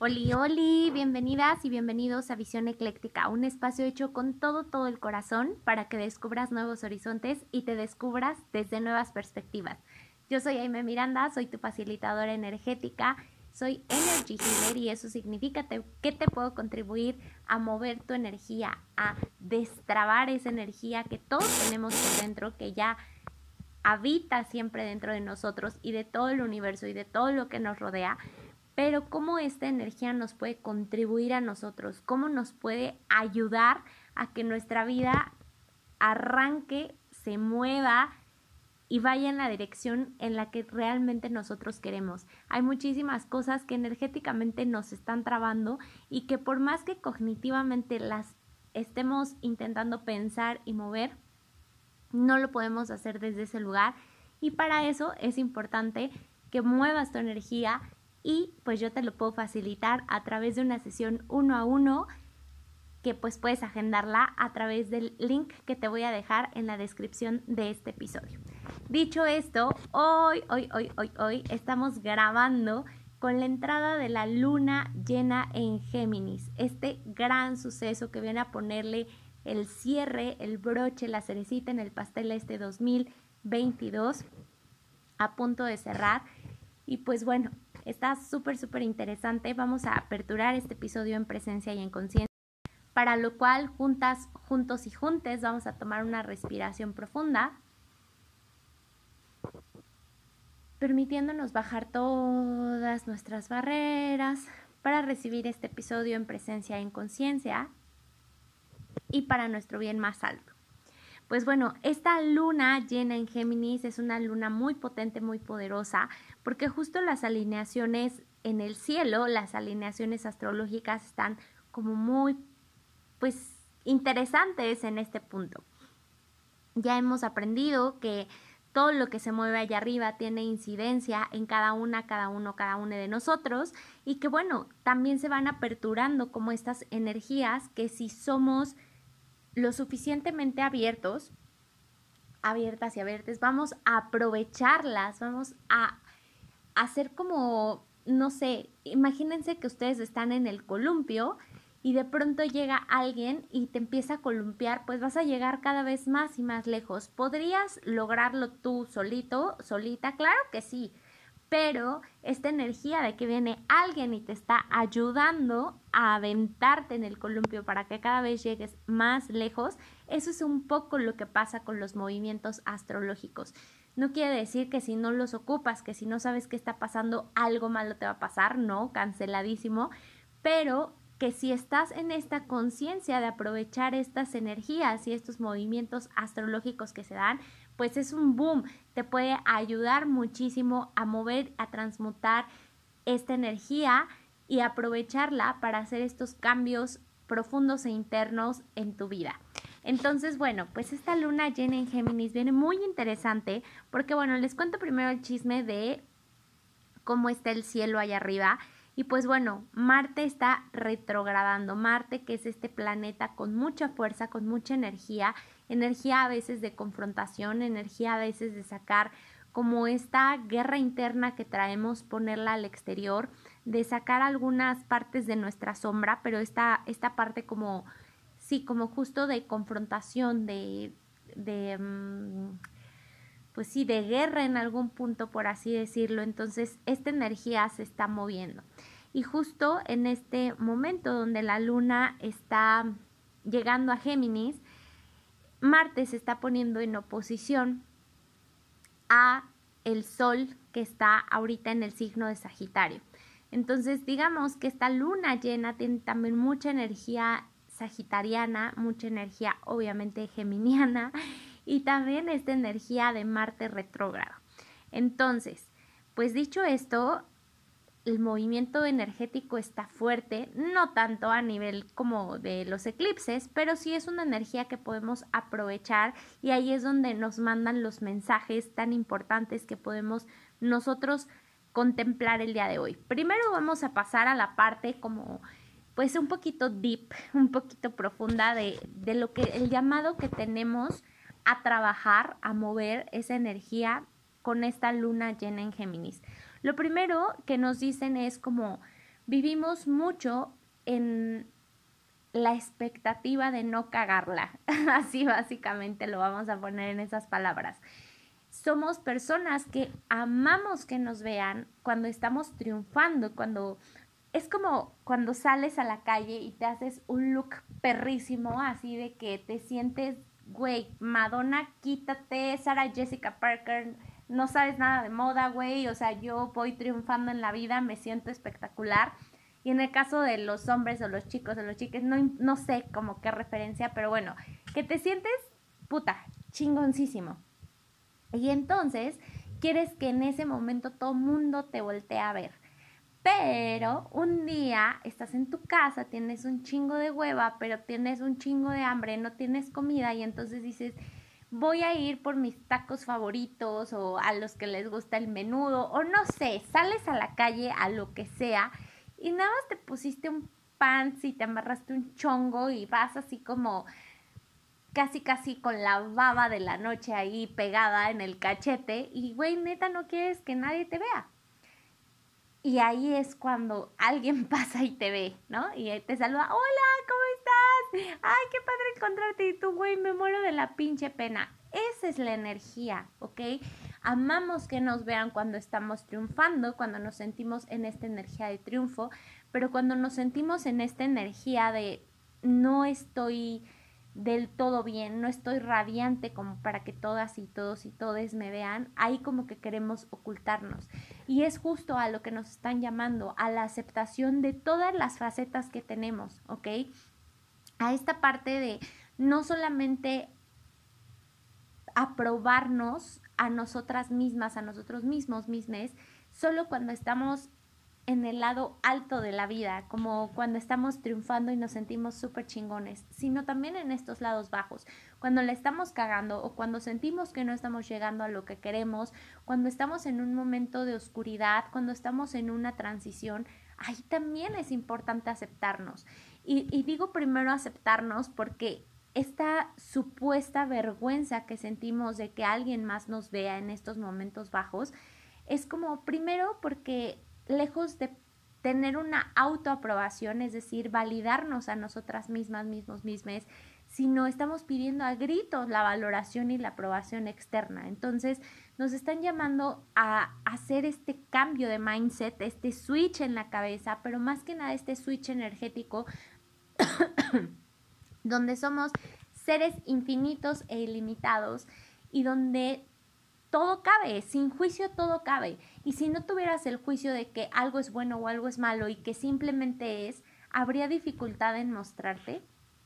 Oli, oli, bienvenidas y bienvenidos a Visión Ecléctica, un espacio hecho con todo el corazón para que descubras nuevos horizontes y te descubras desde nuevas perspectivas. Yo soy Aime Miranda, soy tu facilitadora energética, soy Energy Healer y eso significa que te puedo contribuir a mover tu energía, a destrabar esa energía que todos tenemos por dentro, que ya habita siempre dentro de nosotros y de todo el universo y de todo lo que nos rodea. Pero cómo esta energía nos puede contribuir a nosotros, cómo nos puede ayudar a que nuestra vida arranque, se mueva y vaya en la dirección en la que realmente nosotros queremos. Hay muchísimas cosas que energéticamente nos están trabando y que por más que cognitivamente las estemos intentando pensar y mover, no lo podemos hacer desde ese lugar. Y para eso es importante que muevas tu energía y pues yo te lo puedo facilitar a través de una sesión 1 a 1 que pues puedes agendarla a través del link que te voy a dejar en la descripción de este episodio. Dicho esto, hoy estamos grabando con la entrada de la luna llena en Géminis, este gran suceso que viene a ponerle el cierre, el broche, la cerecita en el pastel a este 2022 a punto de cerrar. Y pues bueno, está súper interesante. Vamos a aperturar este episodio en presencia y en conciencia, para lo cual juntos y juntes vamos a tomar una respiración profunda, permitiéndonos bajar todas nuestras barreras para recibir este episodio en presencia y en conciencia y para nuestro bien más alto. Pues bueno, esta luna llena en Géminis es una luna muy potente, muy poderosa, porque justo las alineaciones en el cielo, las alineaciones astrológicas están como muy, pues, interesantes en este punto. Ya hemos aprendido que todo lo que se mueve allá arriba tiene incidencia en cada uno de nosotros y que bueno, también se van aperturando como estas energías que si somos lo suficientemente abiertas y abiertas, vamos a aprovecharlas, vamos a hacer como, no sé, imagínense que ustedes están en el columpio y de pronto llega alguien y te empieza a columpiar, pues vas a llegar cada vez más y más lejos. ¿Podrías lograrlo tú solito, solita? Claro que sí, pero esta energía de que viene alguien y te está ayudando a aventarte en el columpio para que cada vez llegues más lejos, eso es un poco lo que pasa con los movimientos astrológicos. No quiere decir que si no los ocupas, que si no sabes qué está pasando, algo malo te va a pasar, no, canceladísimo, pero que si estás en esta conciencia de aprovechar estas energías y estos movimientos astrológicos que se dan, pues es un boom, te puede ayudar muchísimo a mover, a transmutar esta energía y aprovecharla para hacer estos cambios profundos e internos en tu vida. Entonces, bueno, pues esta luna llena en Géminis viene muy interesante porque, bueno, les cuento primero el chisme de cómo está el cielo allá arriba. Y pues bueno, Marte está retrogradando. Marte, que es este planeta con mucha fuerza, con mucha energía a veces de confrontación, energía a veces de sacar como esta guerra interna que traemos, ponerla al exterior, de sacar algunas partes de nuestra sombra, pero esta parte como, sí, como justo de confrontación, pues sí, de guerra en algún punto, por así decirlo. Entonces, esta energía se está moviendo. Y justo en este momento donde la luna está llegando a Géminis, Marte se está poniendo en oposición a el Sol que está ahorita en el signo de Sagitario. Entonces, digamos que esta luna llena tiene también mucha energía sagitariana, mucha energía obviamente geminiana, y también esta energía de Marte retrógrado. Entonces, pues dicho esto, el movimiento energético está fuerte, no tanto a nivel como de los eclipses, pero sí es una energía que podemos aprovechar y ahí es donde nos mandan los mensajes tan importantes que podemos nosotros contemplar el día de hoy. Primero vamos a pasar a la parte como pues un poquito deep, un poquito profunda de lo que el llamado que tenemos a trabajar, a mover esa energía con esta luna llena en Géminis. Lo primero que nos dicen es como Vivimos mucho en la expectativa de no cagarla. Así básicamente lo vamos a poner en esas palabras. Somos personas que amamos que nos vean cuando estamos triunfando, cuando es como cuando sales a la calle y te haces un look perrísimo, así de que te sientes, güey, Madonna, quítate, Sarah Jessica Parker, no sabes nada de moda, güey, o sea, yo voy triunfando en la vida, me siento espectacular. Y en el caso de los hombres o los chicos o los chiques, no sé como qué referencia, pero bueno, que te sientes, puta, chingoncísimo. Y entonces quieres que en ese momento todo mundo te voltee a ver. Pero un día estás en tu casa, tienes un chingo de hueva, pero tienes un chingo de hambre, no tienes comida y entonces dices, voy a ir por mis tacos favoritos o a los que les gusta el menudo o no sé, sales a la calle a lo que sea y nada más te pusiste un pants y te amarraste un chongo y vas así como casi con la baba de la noche ahí pegada en el cachete y güey, neta no quieres que nadie te vea. Y ahí es cuando alguien pasa y te ve, ¿no? Y te saluda, hola, ¿cómo estás? Ay, qué padre encontrarte. Y tú, güey, me muero de la pinche pena. Esa es la energía, ¿ok? Amamos que nos vean cuando estamos triunfando, cuando nos sentimos en esta energía de triunfo, pero cuando nos sentimos en esta energía de no estoy del todo bien, no estoy radiante como para que todas y todos y todes me vean, ahí como que queremos ocultarnos. Y es justo a lo que nos están llamando, a la aceptación de todas las facetas que tenemos, ¿ok? A esta parte de no solamente aprobarnos a nosotras mismas, a nosotros mismos, solo cuando estamos en el lado alto de la vida, como cuando estamos triunfando y nos sentimos súper chingones, sino también en estos lados bajos, cuando le estamos cagando o cuando sentimos que no estamos llegando a lo que queremos, cuando estamos en un momento de oscuridad, cuando estamos en una transición, ahí también es importante aceptarnos. Y digo primero aceptarnos porque esta supuesta vergüenza que sentimos de que alguien más nos vea en estos momentos bajos, es como primero porque lejos de tener una autoaprobación, es decir, validarnos a nosotras mismas, mismos, sino estamos pidiendo a gritos la valoración y la aprobación externa. Entonces nos están llamando a hacer este cambio de mindset, este switch en la cabeza, pero más que nada este switch energético donde somos seres infinitos e ilimitados y donde todo cabe, sin juicio todo cabe. Y si no tuvieras el juicio de que algo es bueno o algo es malo y que simplemente es, ¿habría dificultad en mostrarte?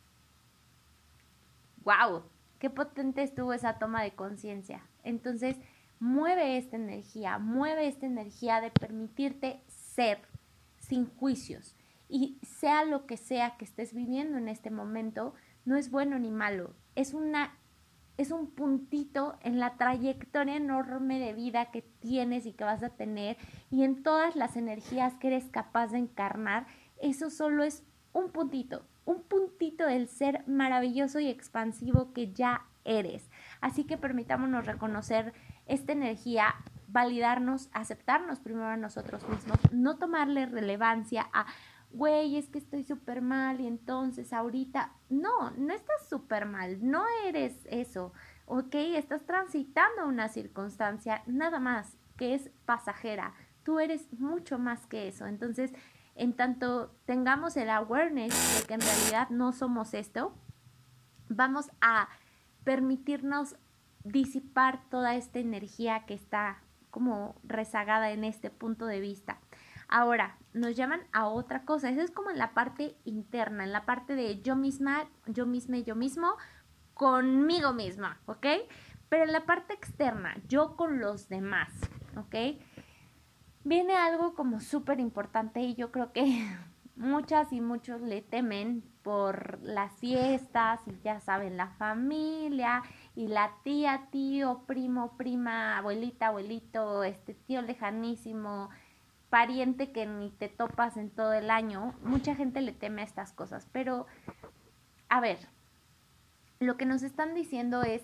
¡Wow! ¡Qué potente estuvo esa toma de conciencia! Entonces, mueve esta energía de permitirte ser sin juicios. Y sea lo que sea que estés viviendo en este momento, no es bueno ni malo, es un puntito en la trayectoria enorme de vida que tienes y que vas a tener y en todas las energías que eres capaz de encarnar. Eso solo es un puntito del ser maravilloso y expansivo que ya eres. Así que permitámonos reconocer esta energía, validarnos, aceptarnos primero a nosotros mismos, no tomarle relevancia a güey, es que estoy súper mal y entonces ahorita, no estás súper mal, no eres eso, ok, estás transitando una circunstancia nada más que es pasajera, tú eres mucho más que eso, entonces en tanto tengamos el awareness de que en realidad no somos esto, vamos a permitirnos disipar toda esta energía que está como rezagada en este punto de vista. Ahora, nos llaman a otra cosa. Eso es como en la parte interna, en la parte de yo misma, yo mismo, conmigo misma, ¿ok? Pero en la parte externa, yo con los demás, ¿ok? Viene algo como súper importante y yo creo que muchas y muchos le temen por las fiestas y ya saben, la familia y la tía, tío, primo, prima, abuelita, abuelito, tío lejanísimo, pariente que ni te topas en todo el año, mucha gente le teme a estas cosas, pero a ver, lo que nos están diciendo es,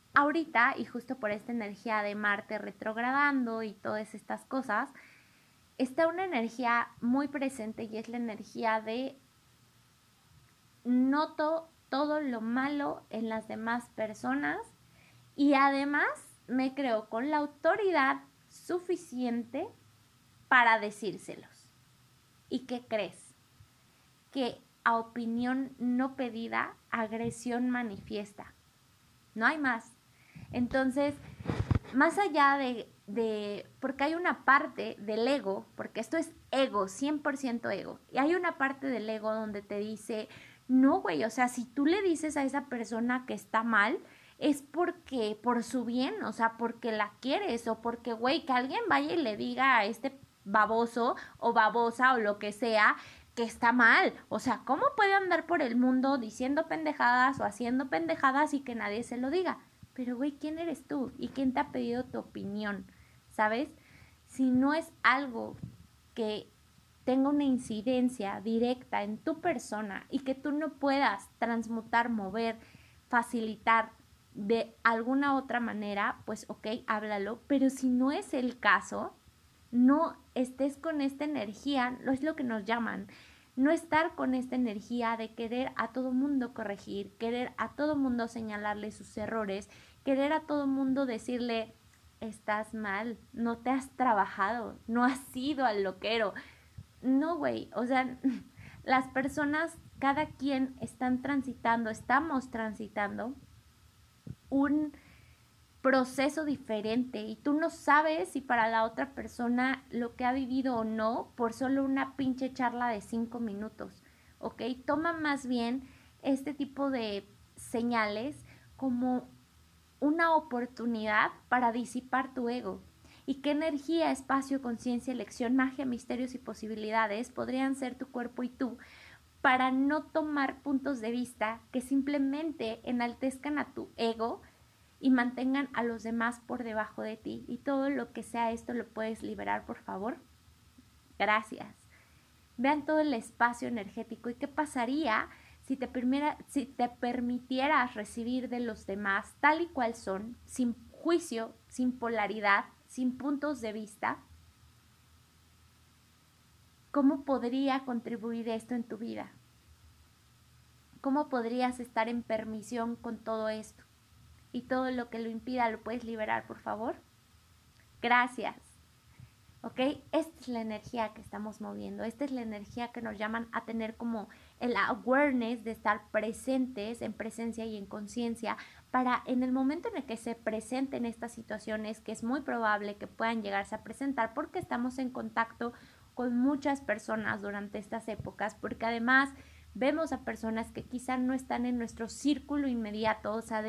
ahorita y justo por esta energía de Marte retrogradando y todas estas cosas, está una energía muy presente y es la energía de noto todo lo malo en las demás personas y además me creo con la autoridad suficiente para decírselos. ¿Y qué crees? Que a opinión no pedida, agresión manifiesta. No hay más. Entonces, más allá porque hay una parte del ego, porque esto es ego, 100% ego, y hay una parte del ego donde te dice, no, güey, o sea, si tú le dices a esa persona que está mal, es porque, por su bien, o sea, porque la quieres, o porque, güey, que alguien vaya y le diga a este baboso o babosa o lo que sea, que está mal. O sea, ¿cómo puede andar por el mundo diciendo pendejadas o haciendo pendejadas y que nadie se lo diga? Pero, güey, ¿quién eres tú? ¿Y quién te ha pedido tu opinión? ¿Sabes? Si no es algo que tenga una incidencia directa en tu persona y que tú no puedas transmutar, mover, facilitar de alguna otra manera, pues ok, háblalo. Pero si no es el caso, no estés con esta energía, no es lo que nos llaman, no estar con esta energía de querer a todo mundo corregir, querer a todo mundo señalarle sus errores, querer a todo mundo decirle, estás mal, no te has trabajado, no has sido al loquero. No, güey, o sea, las personas, cada quien estamos transitando un proceso diferente y tú no sabes si para la otra persona lo que ha vivido o no por solo una pinche charla de 5 minutos, ¿ok? Toma más bien este tipo de señales como una oportunidad para disipar tu ego. ¿Y qué energía, espacio, conciencia, elección, magia, misterios y posibilidades podrían ser tu cuerpo y tú para no tomar puntos de vista que simplemente enaltezcan a tu ego y mantengan a los demás por debajo de ti? Y todo lo que sea esto lo puedes liberar, por favor. Gracias. Vean todo el espacio energético y qué pasaría si te permitieras recibir de los demás tal y cual son, sin juicio, sin polaridad, sin puntos de vista. ¿Cómo podría contribuir esto en tu vida? ¿Cómo podrías estar en permisión con todo esto? Y todo lo que lo impida lo puedes liberar, por favor. Gracias. ¿Ok? Esta es la energía que estamos moviendo. Esta es la energía que nos llaman a tener como el awareness de estar presentes en presencia y en conciencia para en el momento en el que se presenten estas situaciones, que es muy probable que puedan llegarse a presentar porque estamos en contacto con muchas personas durante estas épocas, porque además vemos a personas que quizá no están en nuestro círculo inmediato, o sea,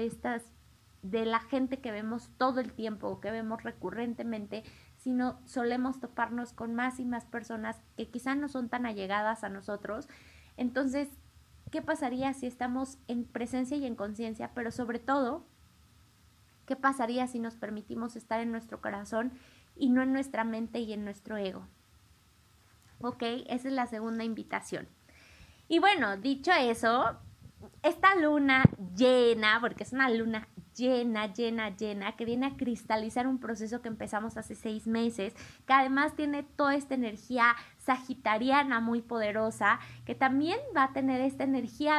de la gente que vemos todo el tiempo o que vemos recurrentemente, sino solemos toparnos con más y más personas que quizá no son tan allegadas a nosotros. Entonces, ¿qué pasaría si estamos en presencia y en conciencia? Pero sobre todo, ¿qué pasaría si nos permitimos estar en nuestro corazón y no en nuestra mente y en nuestro ego? Ok, esa es la segunda invitación. Y bueno, dicho eso, esta luna llena, porque es una luna llena, que viene a cristalizar un proceso que empezamos hace 6 meses, que además tiene toda esta energía sagitariana muy poderosa, que también va a tener esta energía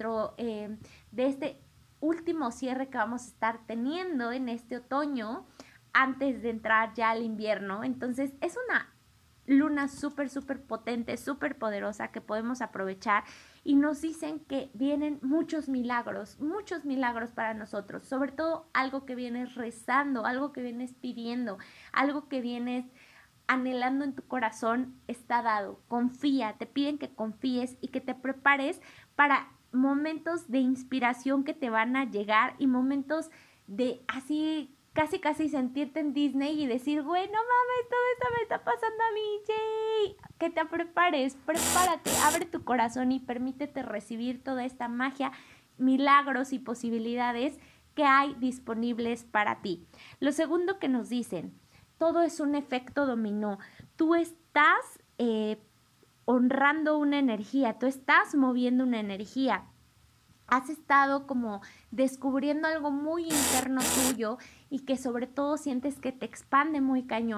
de este último cierre que vamos a estar teniendo en este otoño, antes de entrar ya al invierno. Entonces es una luna súper potente, súper poderosa que podemos aprovechar, y nos dicen que vienen muchos milagros para nosotros, sobre todo algo que vienes rezando, algo que vienes pidiendo, algo que vienes anhelando en tu corazón está dado. Confía, te piden que confíes y que te prepares para momentos de inspiración que te van a llegar y momentos de así casi sentirte en Disney y decir, güey, no mames, todo esto me está pasando a mí, yay. Que te prepares, prepárate, abre tu corazón y permítete recibir toda esta magia, milagros y posibilidades que hay disponibles para ti. Lo segundo que nos dicen, todo es un efecto dominó. Tú estás honrando una energía, tú estás moviendo una energía. Has estado como descubriendo algo muy interno tuyo y que sobre todo sientes que te expande muy cañón.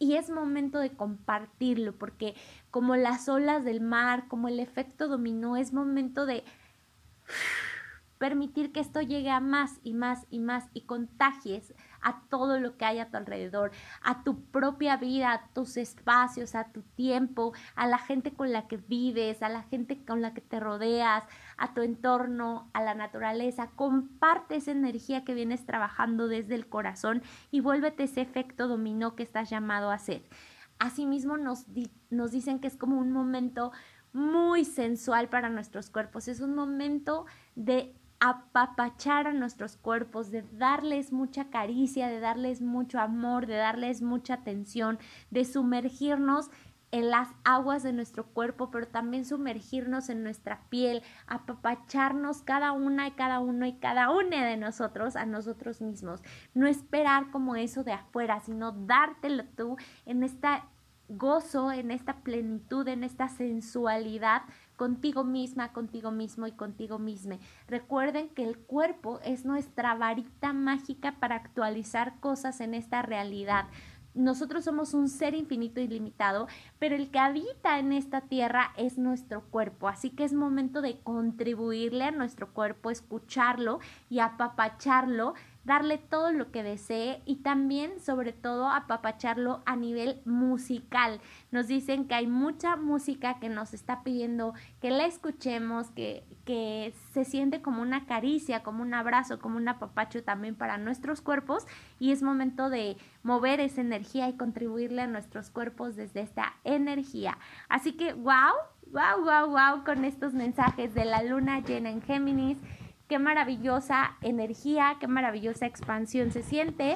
y es momento de compartirlo, porque como las olas del mar, como el efecto dominó, es momento de permitir que esto llegue a más y más y más y contagies a todo lo que hay a tu alrededor, a tu propia vida, a tus espacios, a tu tiempo, a la gente con la que vives, a la gente con la que te rodeas, a tu entorno, a la naturaleza. Comparte esa energía que vienes trabajando desde el corazón y vuélvete ese efecto dominó que estás llamado a hacer. Asimismo nos dicen que es como un momento muy sensual para nuestros cuerpos, es un momento de apapachar a nuestros cuerpos, de darles mucha caricia, de darles mucho amor, de darles mucha atención, de sumergirnos en las aguas de nuestro cuerpo, pero también sumergirnos en nuestra piel, apapacharnos cada una y cada uno y cada una de nosotros a nosotros mismos. No esperar como eso de afuera, sino dártelo tú en esta gozo, en esta plenitud, en esta sensualidad contigo misma, contigo mismo y contigo misma. Recuerden que el cuerpo es nuestra varita mágica para actualizar cosas en esta realidad. Nosotros somos un ser infinito y limitado, pero el que habita en esta tierra es nuestro cuerpo, así que es momento de contribuirle a nuestro cuerpo, escucharlo y apapacharlo, darle todo lo que desee y también, sobre todo, apapacharlo a nivel musical. Nos dicen que hay mucha música que nos está pidiendo que la escuchemos, que se siente como una caricia, como un abrazo, como un apapacho también para nuestros cuerpos, y es momento de mover esa energía y contribuirle a nuestros cuerpos desde esta energía. Así que wow con estos mensajes de la luna llena en Géminis. Qué maravillosa energía, qué maravillosa expansión se siente.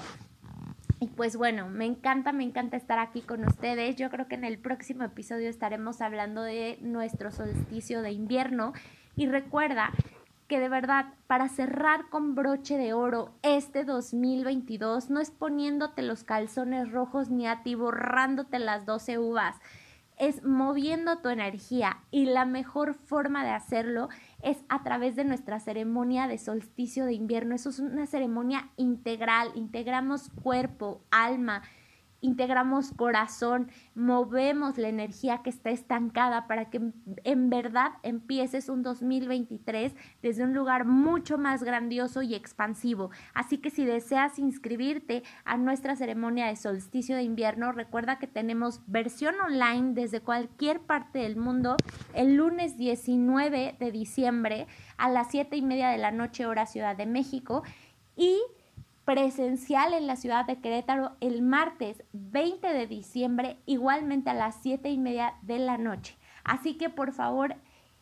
Y pues bueno, me encanta estar aquí con ustedes. Yo creo que en el próximo episodio estaremos hablando de nuestro solsticio de invierno. Y recuerda que de verdad, para cerrar con broche de oro este 2022, no es poniéndote los calzones rojos ni atiborrándote las 12 uvas, es moviendo tu energía, y la mejor forma de hacerlo es a través de nuestra ceremonia de solsticio de invierno. Eso es una ceremonia integral, integramos cuerpo, alma, integramos corazón, movemos la energía que está estancada para que en verdad empieces un 2023 desde un lugar mucho más grandioso y expansivo. Así que si deseas inscribirte a nuestra ceremonia de solsticio de invierno, recuerda que tenemos versión online desde cualquier parte del mundo el lunes 19 de diciembre a las 7:30 de la noche, hora Ciudad de México, y presencial en la ciudad de Querétaro el martes 20 de diciembre, igualmente a las 7:30 de la noche. Así que por favor,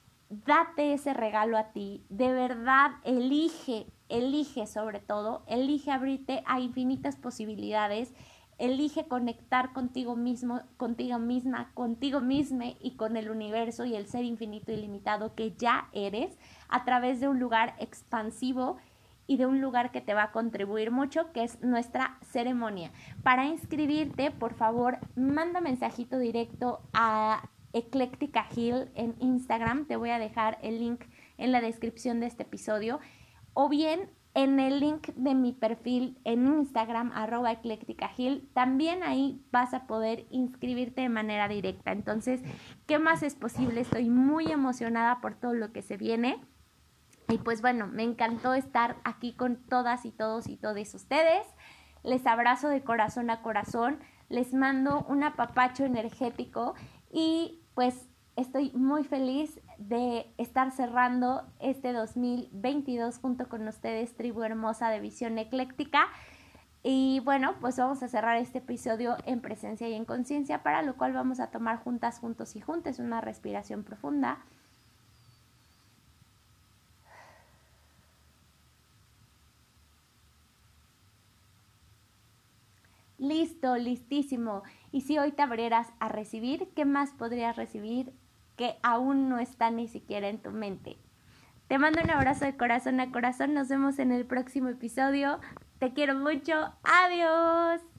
date ese regalo a ti. De verdad, elige sobre todo, elige abrirte a infinitas posibilidades. Elige conectar contigo mismo, contigo misma, contigo misma y con el universo y el ser infinito y limitado que ya eres, a través de un lugar expansivo y de un lugar que te va a contribuir mucho, que es nuestra ceremonia. Para inscribirte, por favor, manda mensajito directo a Ecléctica Heal en Instagram. Te voy a dejar el link en la descripción de este episodio, o bien en el link de mi perfil en Instagram, @eclécticaheal. También ahí vas a poder inscribirte de manera directa. Entonces, ¿qué más es posible? Estoy muy emocionada por todo lo que se viene. Y pues bueno, me encantó estar aquí con todas y todos y todos ustedes. Les abrazo de corazón a corazón, les mando un apapacho energético y pues estoy muy feliz de estar cerrando este 2022 junto con ustedes, tribu hermosa de Visión Ecléctica. Y bueno, pues vamos a cerrar este episodio en presencia y en conciencia, para lo cual vamos a tomar juntas, juntos y juntas una respiración profunda. Listo, listísimo. Y si hoy te abrieras a recibir, ¿qué más podrías recibir que aún no está ni siquiera en tu mente? Te mando un abrazo de corazón a corazón. Nos vemos en el próximo episodio. Te quiero mucho. Adiós.